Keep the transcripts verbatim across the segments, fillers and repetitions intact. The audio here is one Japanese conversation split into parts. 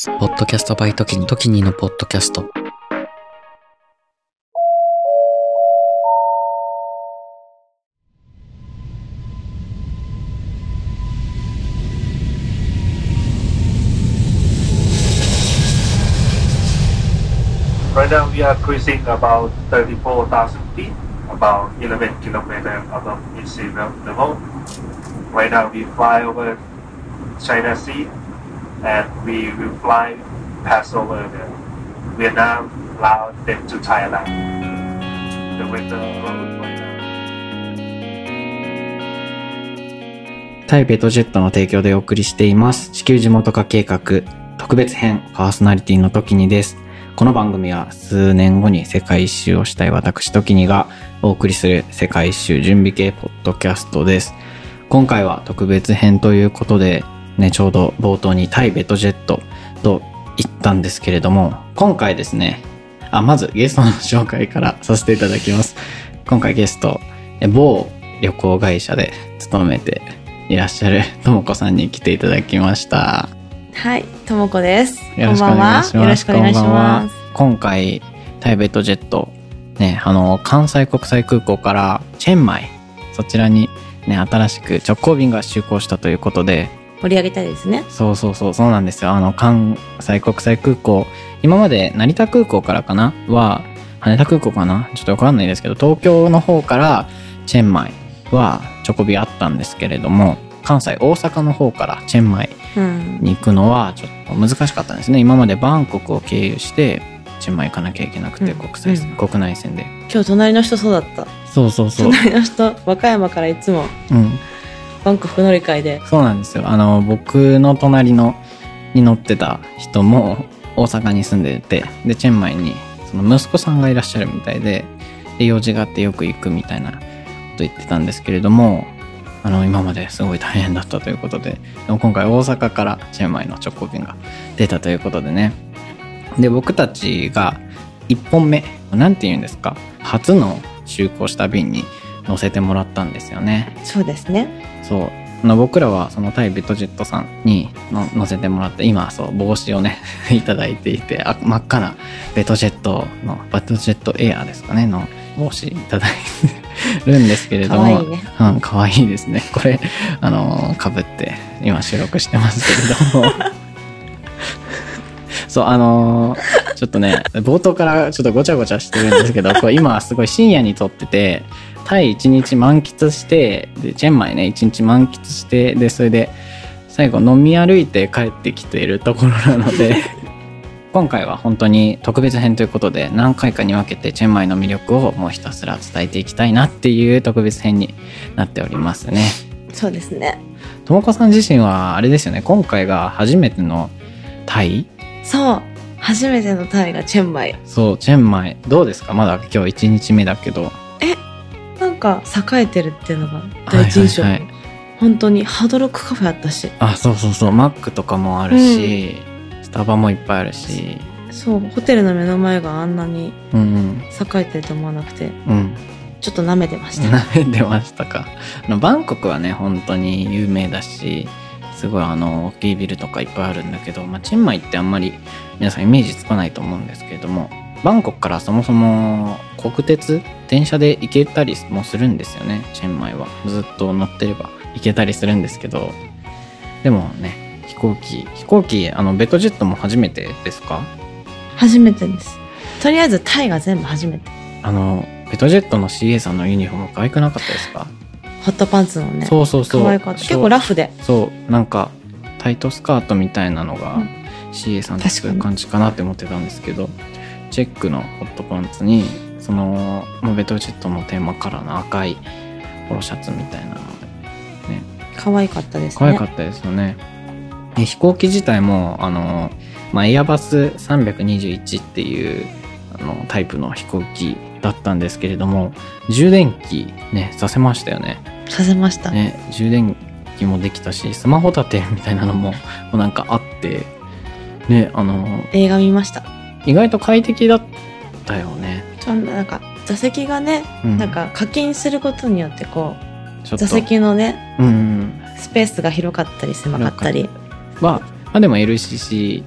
ポッドキャストバイトキニ、トキニのポッドキャスト。 Right now we are cruising about thirty-four thousand feet, about eleven kilometers above sea level. Right now we fly over China Sea and we will fly pass over the Vietnam, Laos, then to Thailand. The winter road right now. タイベトジェットの提供でお送りしています地球地元化計画特別編パーソナリティのトキニです。この番組は数年後に世界一周をしたい私トキニがお送りする世界一周準備系ポッドキャストです。今回は特別編ということでね、ちょうど冒頭にタイベトジェットと言ったんですけれども、今回ですね、あ、まずゲストの紹介からさせていただきます。今回ゲスト、某旅行会社で勤めていらっしゃるともこさんに来ていただきました。 はい、ともこです。 よろしくお願いします。 よろしくお願いします。 今回タイベトジェットね、あの関西国際空港からチェンマイ、そちらにね新しく直行便が就航したということで盛り上げたいですね。 そうそうそうそうなんですよ。あの関西国際空港、今まで成田空港からかなは羽田空港かなちょっとわかんないですけど、東京の方からチェンマイは直便あったんですけれども、関西大阪の方からチェンマイに行くのはちょっと難しかったんですね。今までバンコクを経由してチェンマイ行かなきゃいけなくて、国際線、うん、国内線で。 今日隣の人そうだった。 そうそうそう。 隣の人和歌山からいつも、うん、バンコク乗り換えで。 そうなんですよ。あの僕の隣のに乗ってた人も大阪に住んでて、でチェンマイにその息子さんがいらっしゃるみたいで、で用事があってよく行くみたいなこと言ってたんですけれども、あの今まですごい大変だったということで、でも今回大阪からチェンマイの直行便が出たということでね。で僕たちがいっぽんめ、なんて言うんですか、初の就航した便に乗せてもらったんですよね。 そうですね。 そうあの僕らはそのタイベトジェットさんにの乗せてもらって、今そう帽子をねいただいていて、あ真っ赤なベトジェットのベトジェットエアーですかねの帽子いただいてるんですけれども、 かわいいね。 うん、かわいいですね。これあの被って今収録してますけれどもそうあのー、ちょっとね冒頭からちょっとごちゃごちゃしてるんですけどこれ今すごい深夜に撮ってて、タイ一日満喫して、でチェンマイね一日満喫して、でそれで最後飲み歩いて帰ってきているところなので今回は本当に特別編ということで、何回かに分けてチェンマイの魅力をもうひたすら伝えていきたいなっていう特別編になっておりますね。 そうですね。 ともこさん自身はあれですよね、今回が初めてのタイ。 そう、初めてのタイがチェンマイ。 そうチェンマイどうですか？まだ今日いちにちめだけど。 えなんか栄えてるっていうのが第一印象、はいはいはい、本当にハードロックカフェあったし、 あそうそうそう、マックとかもあるし、うん、スタバもいっぱいあるし、 そうホテルの目の前があんなに栄えてると思わなくて、うん、ちょっと舐めてました。 舐めてましたか。あのバンコクはね本当に有名だし、すごいあの大きいビルとかいっぱいあるんだけど、まあ、チェンマイってあんまり皆さんイメージつかないと思うんですけれども、バンコクからそもそも国鉄電車で行けたりもするんですよね。チェンマイはずっと乗ってれば行けたりするんですけど、でもね飛行機飛行機あのベトジェットも初めてですか？ 初めてです。とりあえずタイが全部初めて。 あのベトジェットの シーエー さんのユニフォーム可愛くなかったですか？ ホットパンツのね。 そうそうそう。 可愛かった。結構ラフで。 そうなんかタイトスカートみたいなのが、うん、シーエー さんってそういう感じかなって思ってたんですけど、チェックのホットパンツにそのベトジェットのテーマカラーの赤いポロシャツみたいなのね、 可愛かったですね。 可愛かったですよね。飛行機自体もあの、まあ、エアバスさんびゃくにじゅういちっていうあのタイプの飛行機だったんですけれども、充電器ねさせましたよね。 させましたね。充電器もできたし、スマホ立てみたいなのもなんかあってね、あの映画見ました。 意外と快適だったよね。 ちょなんか座席がね、うん、なんか課金することによってこう座席のね、うん、スペースが広かったり狭かったりは、まあ、でも エルシーシ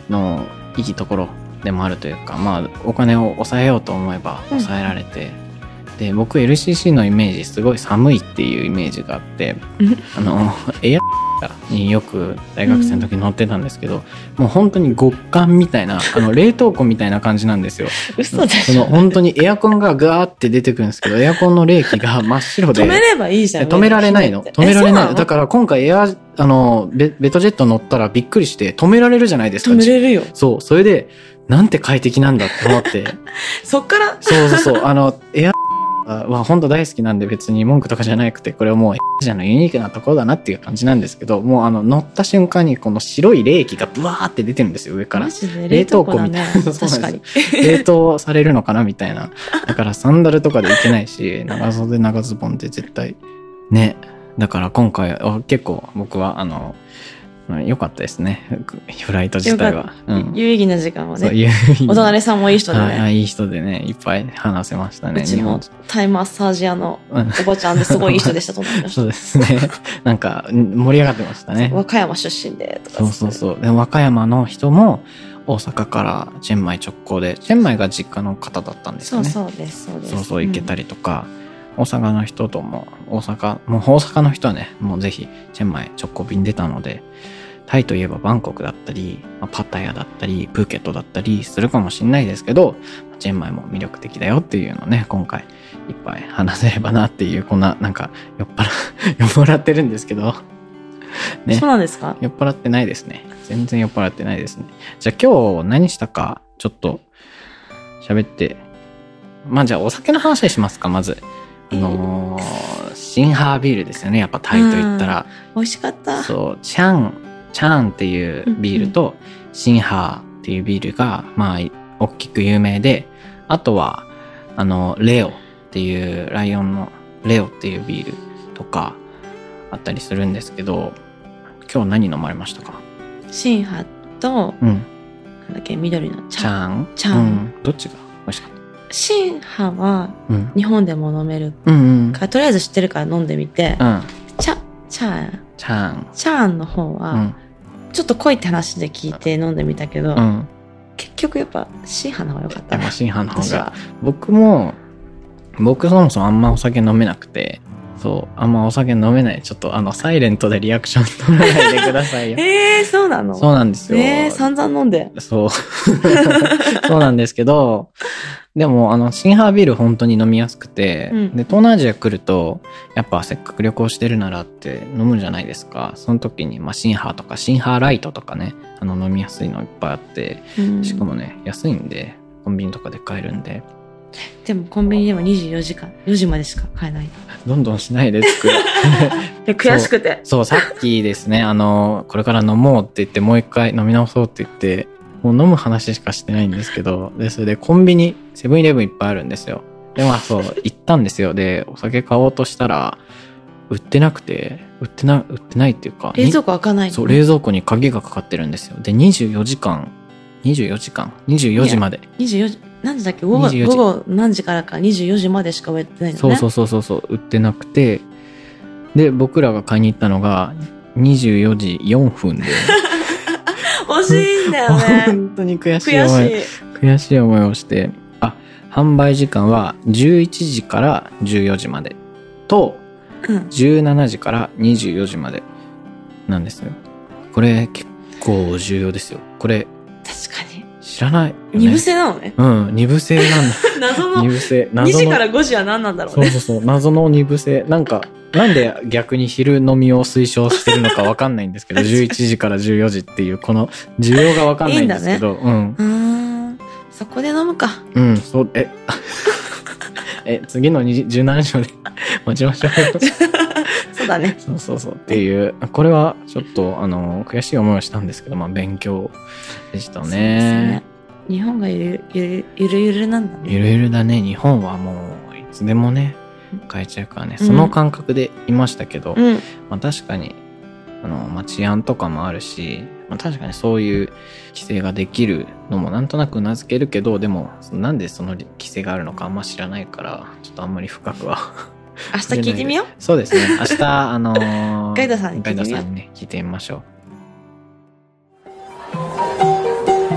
のいいところでもあるというか、まあお金を抑えようと思えば抑えられて、うん、で僕 エルシーシー のイメージすごい寒いっていうイメージがあってあのエアによく大学生の時乗ってたんですけど、うん、もう本当に極寒みたいなあの冷凍庫みたいな感じなんですよ。 嘘でしょ。 その本当にエアコンがガーって出てくるんですけど、エアコンの冷気が真っ白で止めればいいじゃん。 止められないの。止められない。だから今回エアあのベベトジェット乗ったらびっくりして止められるじゃないですか。 止めれるよ。 そう、それでなんて快適なんだって思って。 そっからそうそうそう、あのエアは本当大好きなんで別に文句とかじゃなくて、これはもうエアジャのユニークなところだなっていう感じなんですけど、もうあの乗った瞬間にこの白い冷気がブワーって出てるんですよ、上から。 マジで冷凍庫みたいな。確かに。 冷凍されるのかなみたいな。だからサンダルとかでいけないし、長袖長ズボンって絶対ね。だから今回結構僕はあの良かったですね、フライト自体は。 うん、有意義な時間はね。 お隣さんもいい人でね。 はい、いい人でね、いっぱい話せましたね。 うちもタイマッサージ屋のおばちゃんですごいいい人でした、隣の人。 そうですね。なんか盛り上がってましたね。 和歌山出身でとか。 そうそうそう。で和歌山の人も大阪からチェンマイ直行で、チェンマイが実家の方だったんですよね。 そうそうです、そうです。 そうそう行けたりとか。うん、大阪の人とも、大阪、もう大阪の人はね、もうぜひチェンマイ直行便出たので、タイといえばバンコクだったり、パタヤだったり、プーケットだったりするかもしれないですけど、チェンマイも魅力的だよっていうのをね、今回いっぱい話せればなっていう、こんな、なんか酔っ払、酔っ払ってるんですけど。 ね。そうなんですか？ 酔っ払ってないですね。全然酔っ払ってないですね。じゃあ今日何したか、ちょっと喋って、まあじゃあお酒の話しますか、まず。あのー、シンハービールですよね、やっぱタイと言ったら。 美味しかった。 そう、チャン、チャーンっていうビールとシンハーっていうビールがまあ大きく有名で、あとはあのレオっていうライオンのレオっていうビールとかあったりするんですけど、今日何飲まれましたか？ シンハーと、うん、なんだっけ、緑のチャーン。 チャーン、うん、どっちが美味しかった？ シンハーは日本でも飲めるから、 うんうん、 とりあえず知ってるから飲んでみて、うん、チャチャーンチャーンチャーンの方は、うん、ちょっと濃いって話で聞いて飲んでみたけど、うん、結局やっぱシンハーの方が良かった。 やっぱシンハーの方が。僕も僕そもそもあんまお酒飲めなくて、そうあんまお酒飲めない。ちょっとあのサイレントでリアクション取らないでくださいよ。 えー、そうなの？ そうなんですよ。 えー、散々飲んで。 そうそうなんですけど、でもあのシンハービール本当に飲みやすくて、うん、で東南アジア来るとやっぱせっかく旅行してるならって飲むじゃないですか。その時にまあシンハーとかシンハーライトとかね、あの飲みやすいのいっぱいあって、うん、しかもね安いんでコンビニとかで買えるんで。 でもコンビニでもにじゅうよじかんよじまでしか買えない。 どんどんしないで作る。 悔しくてそう。そう、さっきですね、あのこれから飲もうって言ってもう一回飲み直そうって言ってもう飲む話しかしてないんですけど、でそれでコンビニセブンイレブンいっぱいあるんですよ。でまあそう行ったんですよ。でお酒買おうとしたら売ってなくて、売ってな売ってないっていうか、 冷蔵庫開かない、ね、 そう冷蔵庫に鍵がかかってるんですよ。でにじゅうよじかんにじゅうよじかんにじゅうよじまでにじゅうよじ何時だっけ、午後午後何時からかにじゅうよじまでしか売ってないのね。 そうそうそうそうそう売ってなくて、で僕らが買いに行ったのがにじゅうよじよんぷんで惜しいんだよね。 本当に悔しい思い悔しい悔しい思いをして、あ販売時間はじゅういちじからじゅうよじまでと、うん、じゅうしちじからにじゅうよじまでなんですよ。これ結構重要ですよ。これ確かに知らないよね。 二部制なのね。 うん、二部制なんだ。 謎の。 二部制。 謎のにじからごじは何なんだろうね。 そうそうそう。謎の二部制。なんか、なんで逆に昼飲みを推奨してるのかわかんないんですけど、じゅういちじからじゅうよじっていう、この需要がわかんないんですけど、いいんだね、うん。 うーん。そこで飲むか。 うん、そう、え、え、次のじゅうしちじまで待ちましょう。 そうだね。 そうそうそう。っていう、これはちょっと、あの、悔しい思いをしたんですけど、まあ、勉強でしたね。そうですね。 日本がゆるゆるゆるゆるなんだね。 ゆるゆるだね。日本はもう、いつでもね、変えちゃうからね。その感覚でいましたけど、うん、まあ確かに、あの、まあ、治安とかもあるし、まあ、確かにそういう規制ができるのもなんとなく頷けるけど、でも、なんでその規制があるのかあんま知らないから、ちょっとあんまり深くは。 明日聞いてみよう。 そうですね。明日、あのー、 ガイドさんに聞いてみよう。 ガイドさんにね、聞いてみましょう。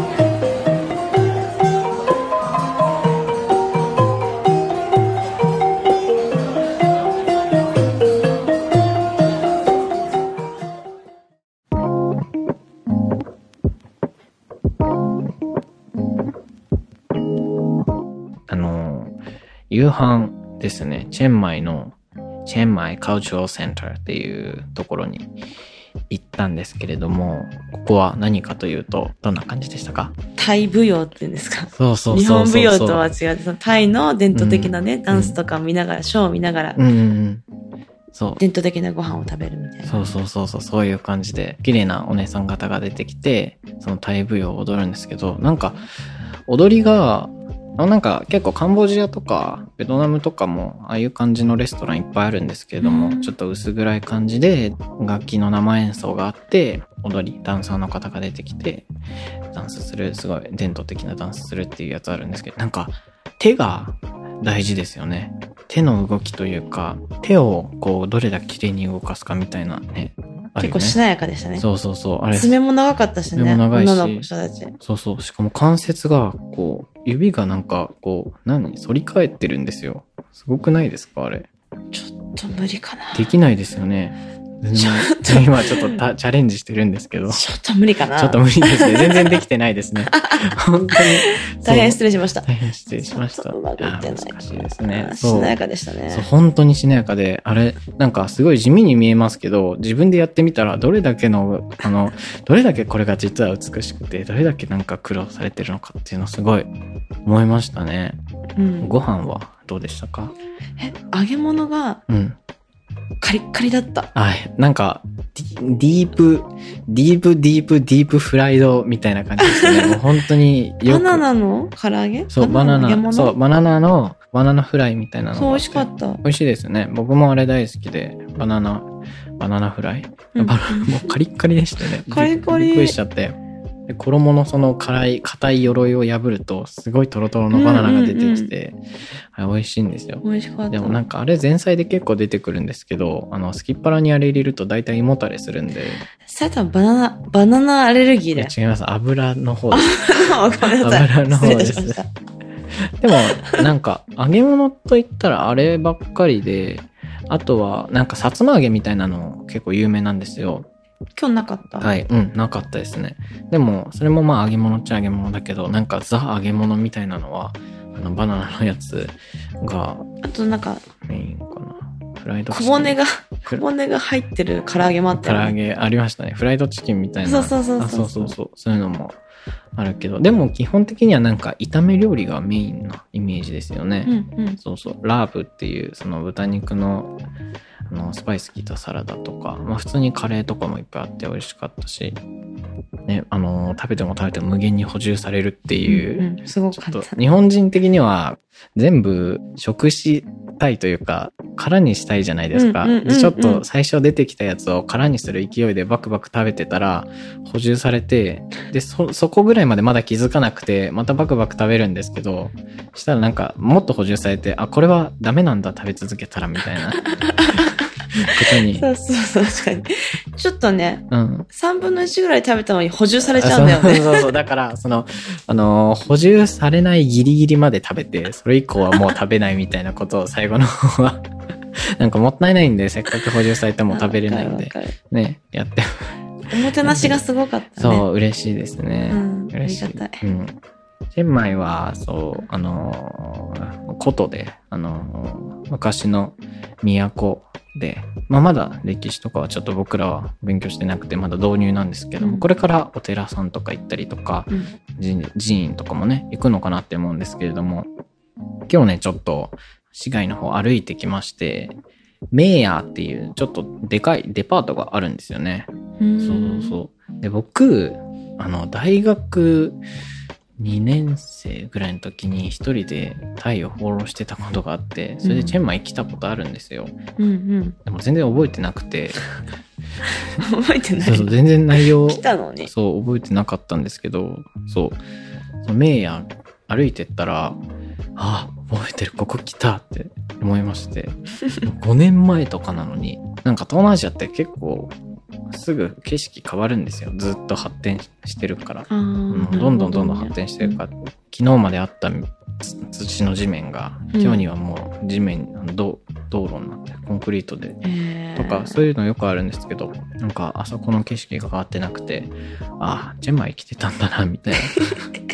夕飯ですね、チェンマイのチェンマイカルチャラルセンターっていうところに行ったんですけれども、ここは何かというと、どんな感じでしたか？ タイ舞踊っていうんですか？ そうそうそうそう。 日本舞踊とは違って、そのタイの伝統的なね、うん、ダンスとかを見ながら、ショーを見ながら、うんうんうん、そう。伝統的なご飯を食べるみたいな。そうそうそうそう、そういう感じで、綺麗なお姉さん方が出てきて、そのタイ舞踊を踊るんですけど、なんか、踊りが、なんか結構カンボジアとかベトナムとかもああいう感じのレストランいっぱいあるんですけれども、うん、ちょっと薄暗い感じで楽器の生演奏があって踊りダンサーの方が出てきてダンスする、すごい伝統的なダンスするっていうやつあるんですけど、なんか手が大事ですよね。手の動きというか手をこうどれだけ綺麗に動かすかみたいなね。 結構しなやかでしたね。 そうそうそう。あれ。 爪も長かったしね。 爪も長いし。 女の子たち。 そうそう。しかも関節が、こう、指がなんか、こう、何反り返ってるんですよ。すごくないですかあれ。 ちょっと無理かな。 できないですよね。ちょっと今ちょっとたチャレンジしてるんですけど。 ちょっと無理かな。 ちょっと無理ですね。全然できてないですね。本当に。 大変失礼しました。 大変失礼しました。 うまくいってない。 難しいですね。 しなやかでしたね。 そう、本当にしなやかで、あれ、なんかすごい地味に見えますけど、自分でやってみたらどれだけの、あの、どれだけこれが実は美しくて、どれだけなんか苦労されてるのかっていうのをすごい思いましたね。うん、ご飯はどうでしたか？ え、揚げ物が、うん。カリッカリだった。 はい。なんか、ディープ、ディープ、ディープ、ディープフライドみたいな感じですね。もう本当によく。 バナナの唐揚げ？ そう、バナナ、そう、バナナの、バナナフライみたいなのが。 そう、美味しかった。 美味しいですよね。僕もあれ大好きで、バナナ、バナナフライ。うん、バナナもうカリッカリでしたね。 カリカリ。 びっくりしちゃって。で衣のその辛い、硬い鎧を破ると、すごいトロトロのバナナが出てきて、うんうんうんはい、美味しいんですよ。 美味しかった。 でもなんかあれ前菜で結構出てくるんですけど、あの、すきっ腹にあれ入れると大体胃もたれするんで。 それ多分バナナ、バナナアレルギーで。 違います。油の方です。 ごめんなさい。 油の方です。でも、なんか、揚げ物といったらあればっかりで、あとは、なんか、さつま揚げみたいなの結構有名なんですよ。 今日なかった？ はい、うん、なかったですね。でも、それもまあ揚げ物っちゃ揚げ物だけど、なんかザ揚げ物みたいなのは、あの、バナナのやつが、 あとなんか、 メインかな。フライドチキン。 小骨が、小骨が入ってる唐揚げもあったよね。 唐揚げありましたね。フライドチキンみたいな。 そうそうそうそう。 あ、そうそうそう。そういうのもあるけど、でも基本的にはなんか炒め料理がメインなイメージですよね。 うんうん。 そうそう。ラーブっていうその豚肉のあのスパイス効いたサラダとか、まあ普通にカレーとかもいっぱいあって美味しかったし、ね、あの食べても食べても無限に補充されるっていう、 うんうん、すごかった。 ちょっと日本人的には全部食したいというか空にしたいじゃないですか、うんうんうんうん、でちょっと最初出てきたやつを空にする勢いでバクバク食べてたら補充されて、で そ, そこぐらいまでまだ気づかなくてまたバクバク食べるんですけど、したらなんかもっと補充されて、あ、これはダメなんだ食べ続けたらみたいなことに。 そうそうそう、確かに。ちょっとね、うん、さんぶんのいちぐらい食べたのに補充されちゃうんだよね。 そうそうそう。だから、その、あの、補充されないギリギリまで食べて、それ以降はもう食べないみたいなことを最後の方は、なんかもったいないんで、せっかく補充されても食べれないんで、ね、やって。 おもてなしがすごかったね。 そう、嬉しいですね。 うん、 嬉しい。 ありがたい。 うん。チェンマイは、そう、あの、古都で、あの、昔の都で、まあ、まだ歴史とかはちょっと僕らは勉強してなくて、まだ導入なんですけども、うん、これからお寺さんとか行ったりとか、うん、寺院とかもね、行くのかなって思うんですけれども、今日ね、ちょっと市街の方歩いてきまして、メーヤーっていうちょっとでかいデパートがあるんですよね。 うんそうそうそう。で、僕、あの、大学、にねん生ぐらいの時に一人でタイを放浪してたことがあって、それでチェンマイ来たことあるんですよ。 うんうん、 でも全然覚えてなくて。 覚えてない。 そうそう、全然内容。 来たのに。そう、 覚えてなかったんですけど、そう。そのメイヤー歩いてったら、ああ、覚えてる、ここ来たって思いまして。ごねんまえとかなのに、なんか東南アジアって結構、すぐ景色変わるんですよ。ずっと発展してるから。うん、どんどんどんどん発展してるから、うん、昨日まであった土の地面が、うん、今日にはもう地面、道路になってコンクリートで、えー、とかそういうのよくあるんですけど、なんかあそこの景色が変わってなくて、ああ、チェンマイ来てたんだなみたいな。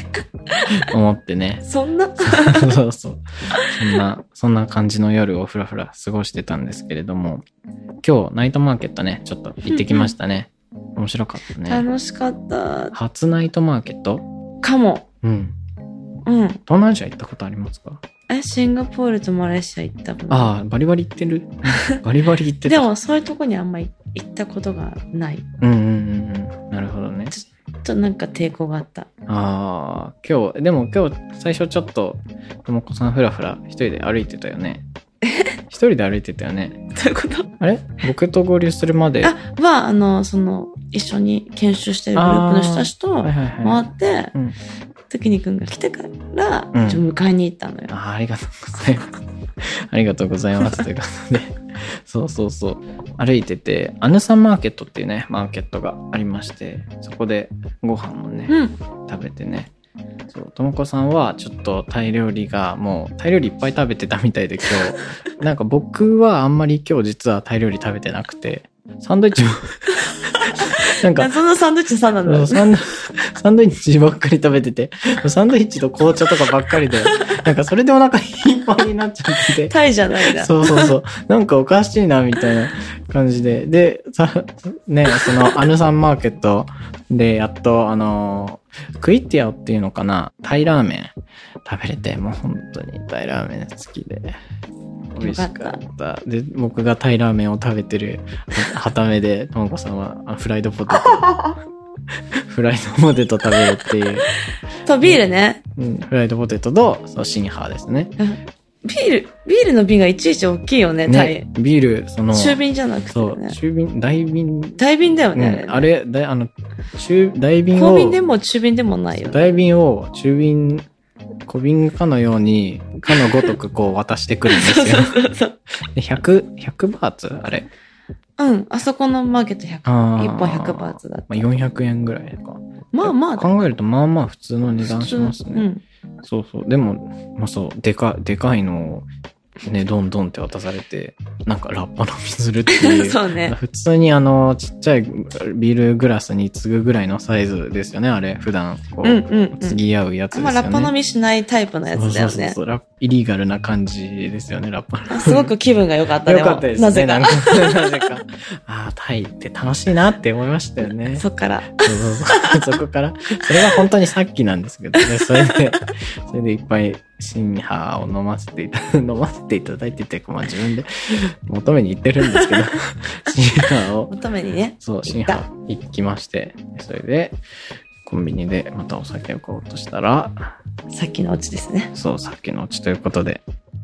思ってね。 そんなそうそう。そんな、そんな感じの夜をふらふら過ごしてたんですけれども、今日ナイトマーケットね、ちょっと行ってきましたね。面白かったね。 楽しかった。 初ナイトマーケットかも。 うん。 うん。 東南アジア行ったことありますか？ え、シンガポールとマレーシア行ったことああ、バリバリ行ってる。バリバリ行ってた。 でもそういうとこにあんまり行ったことがない。 うんうんうんうん。なるほどね。 ちょっとなんか抵抗があった。 ああ、今日、でも今日最初ちょっと、ともこさんふらふら一人で歩いてたよね。一人で歩いてたよね。 どういうこと？ あれ僕と合流するまで。 あ、は、あの、その、一緒に研修してるグループの人たちと回って、時にくんが来てから、うん、ちょ迎えに行ったのよ。 あ、ありがとうございます。ありがとうございます。ということで。そうそうそう。歩いてて、アヌサンマーケットっていうね、マーケットがありまして、そこでご飯をね、うん、食べてね。そう、ともこさんはちょっとタイ料理がもうタイ料理いっぱい食べてたみたいで今日なんか僕はあんまり今日実はタイ料理食べてなくてサンドイッチもなんかそのサンドイッチさんなんだ、ね、 サンドサンドイッチばっかり食べててサンドイッチと紅茶とかばっかりでなんかそれでお腹いっぱいになっちゃっててタイじゃないなそうそうそうなんかおかしいなみたいな感じででさねそのアヌサンマーケットでやっとあのクイティアオっていうのかなタイラーメン食べれてもう本当にタイラーメン好きで美味しかった。で、僕がタイラーメンを食べてるはためで、ともこさんはフライドポテト。フライドポテト食べるっていう。 と、ビールね。 うん、フライドポテトと、そう、シンハーですね。 ビール、ビールの瓶がいちいち大きいよね、タイ。 ね、ビール、その。 中瓶じゃなくて、ね。 そう、中瓶、大瓶。 大瓶だよね。 うん、あれ、だあの、中、大瓶を。 小瓶でも中瓶でもないよね。 大瓶を中瓶、小瓶かのように、かのごとくこう渡してくるんですよ。そうそうそう。で、ひゃく、ひゃくバーツあれ。 うん。あそこのマーケットひゃく、いっぽんひゃくバーツだった。 まあ、よんひゃくえんぐらいか。 まあまあ。 考えるとまあまあ普通の値段しますね。うん。そうそう。でも、まあそう、でか、でかいのを、ね、どんどんって渡されて、なんかラッパ飲みするっていう。 そうね。 普通にあの、ちっちゃいビールグラスに次ぐぐらいのサイズですよね、あれ。普段、こう、うんうんうん、継ぎ合うやつですよね。 まあラッパ飲みしないタイプのやつだよね。そうそうそうラッイリーガルな感じですよね、ラッパ飲み。 すごく気分が良かったね。 良かったですね。 なぜか。 なぜか。ああ、タイって楽しいなって思いましたよね。 そっから。 そうそうそう。そこから。それが本当にさっきなんですけどね。それで、それでいっぱいシンハーを飲ませていた、飲ませていただいてて、まあ自分で求めに行ってるんですけど、シンハーを。 求めにね。 そう、シンハー行きまして、それで、コンビニでまたお酒を買おうとしたら、 さっきのオチですね。 そう、さっきのオチということで。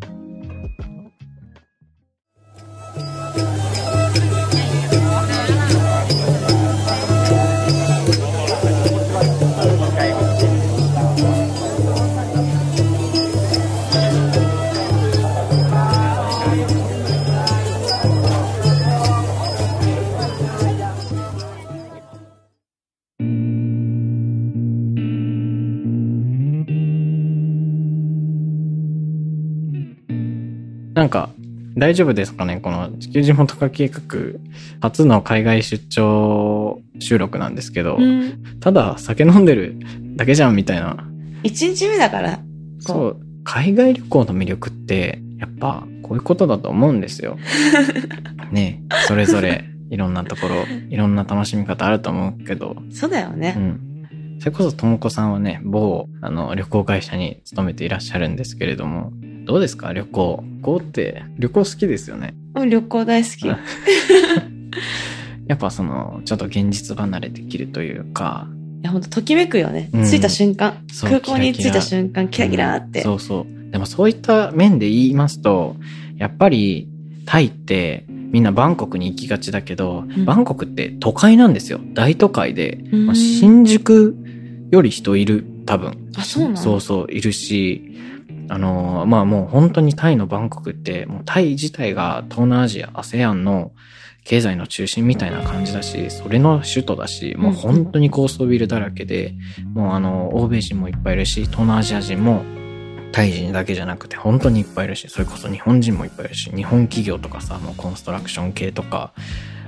なんか、大丈夫ですかねこの地球地元化計画、初の海外出張収録なんですけど、うん、ただ酒飲んでるだけじゃんみたいな。 一日目だから。 そう、海外旅行の魅力って、やっぱこういうことだと思うんですよ。ね、それぞれいろんなところ、いろんな楽しみ方あると思うけど。 そうだよね。 うん。それこそともこさんはね、某あの旅行会社に勤めていらっしゃるんですけれども、どうですか旅行。旅行って旅行好きですよね。 うん、旅行大好き。 やっぱそのちょっと現実離れできるというか。 いや本当ときめくよね。うん、着いた瞬間、空港に着いた瞬間キラキラって、 うん。そうそう。でもそういった面で言いますと、やっぱりタイってみんなバンコクに行きがちだけど、うん、バンコクって都会なんですよ。大都会で、まあ、新宿より人いる多分。 あ、そうなの？ そうそういるし。あのー、まあもう本当にタイのバンコクって、もうタイ自体が東南アジア、アセアン の経済の中心みたいな感じだし、それの首都だし、もう本当に高層ビルだらけで、もうあの、欧米人もいっぱいいるし、東南アジア人もタイ人だけじゃなくて本当にいっぱいいるし、それこそ日本人もいっぱいいるし、日本企業とかさ、もうコンストラクション系とか、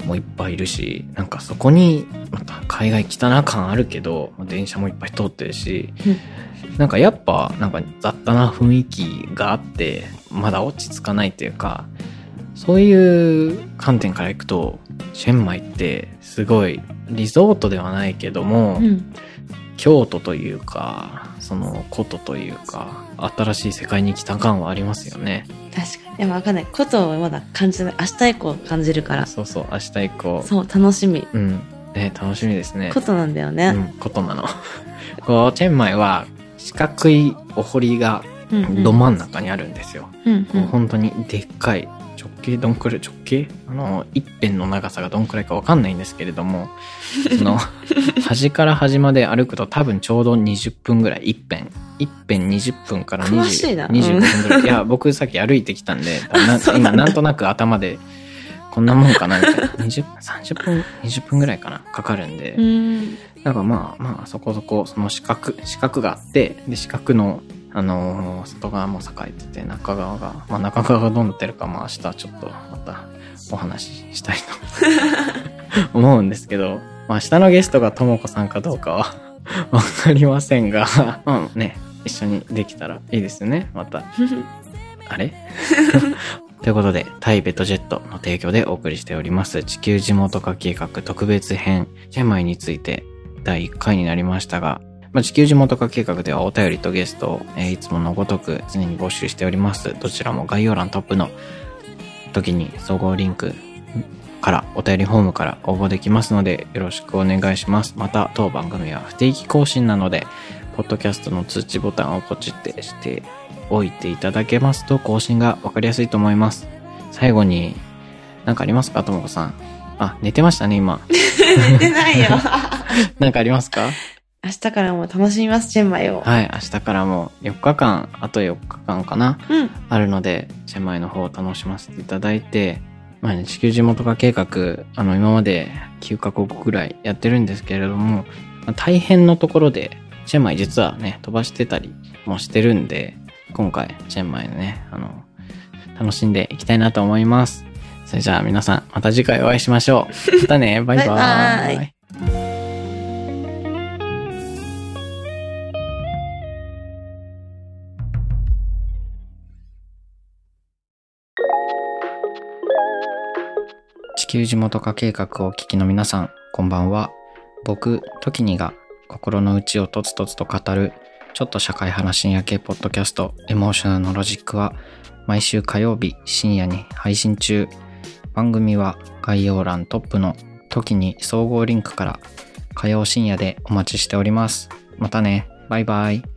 もいっぱいいるし、なんかそこにまた海外来たな感あるけど電車もいっぱい通ってるし、うん、なんかやっぱなんか雑多な雰囲気があってまだ落ち着かないというか、そういう観点からいくとチェンマイってすごいリゾートではないけども、うん、京都というかその古都というか新しい世界に来た感はありますよね。 確かに。でも分かんない。古都はまだ感じない。明日以降感じるから。 そうそう、明日以降。 そう、楽しみ。 うん。ね、楽しみですね。 古都なんだよね。 うん、古都なの。こう、チェンマイは四角いお堀がど真ん中にあるんですよ。うんうん、本当にでっかい。直径どんくらい、直径あの、一辺の長さがどんくらいかわかんないんですけれども、その、端から端まで歩くと多分ちょうどにじゅっぷんぐらい、一辺。一辺にじゅっぷんからにじゅう、にじゅうごふんぐらい。いや、僕さっき歩いてきたんで、な今なんとなく頭で、こんなもんかなみたいな。にじゅう、さんじゅっぷん、にじゅっぷんぐらいかなかかるんで。だからまあまあ、そこそこ、その四角、四角があって、で、四角の、あのー、外側も栄えてて、中側が、まあ中側がどうなってるか、まあ明日ちょっとまたお話ししたいと思うんですけど、まあ明日のゲストがともこさんかどうかはわかりませんが、まあね、一緒にできたらいいですよね、また。あれということで、タイベトジェットの提供でお送りしております、地球地元化計画特別編、チェンマイについてだいいっかいになりましたが、まあ、地球地元化計画ではお便りとゲストを、えー、いつものごとく常に募集しております。どちらも概要欄トップの時に総合リンクからお便りフォームから応募できますのでよろしくお願いします。また当番組は不定期更新なのでポッドキャストの通知ボタンをポチってしておいていただけますと更新がわかりやすいと思います。最後に何かありますか、ともこさん。あ、寝てましたね今。 寝てないよ。 何かありますか。 明日からも楽しみます、チェンマイを。 はい、明日からもよっかかん、あとよっかかんかな、うん、あるので、チェンマイの方を楽しませていただいて、まあね、地球地元化計画、あの、今まできゅうかこくぐらいやってるんですけれども、まあ、大変のところで、チェンマイ実はね、飛ばしてたりもしてるんで、今回、チェンマイのね、あの、楽しんでいきたいなと思います。それじゃあ皆さん、また次回お会いしましょう。またね、バイバーイ。バイバイ。地球地元化計画をお聞きの皆さん、こんばんは。僕、トキニが心の内をとつとつと語る、ちょっと社会派な深夜系ポッドキャスト、エモーショナルのロジックは、毎週火曜日深夜に配信中。番組は概要欄トップのトキニ総合リンクから火曜深夜でお待ちしております。またね、バイバイ。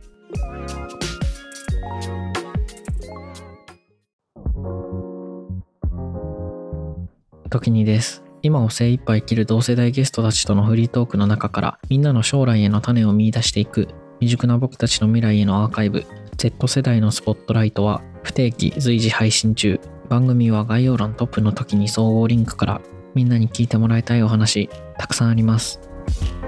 トキニです。今を精一杯生きる同世代ゲストたちとのフリートークの中からみんなの将来への種を見出していく未熟な僕たちの未来へのアーカイブ Z 世代のスポットライトは不定期随時配信中。番組は概要欄トップの時に総合リンクからみんなに聞いてもらいたいお話たくさんあります。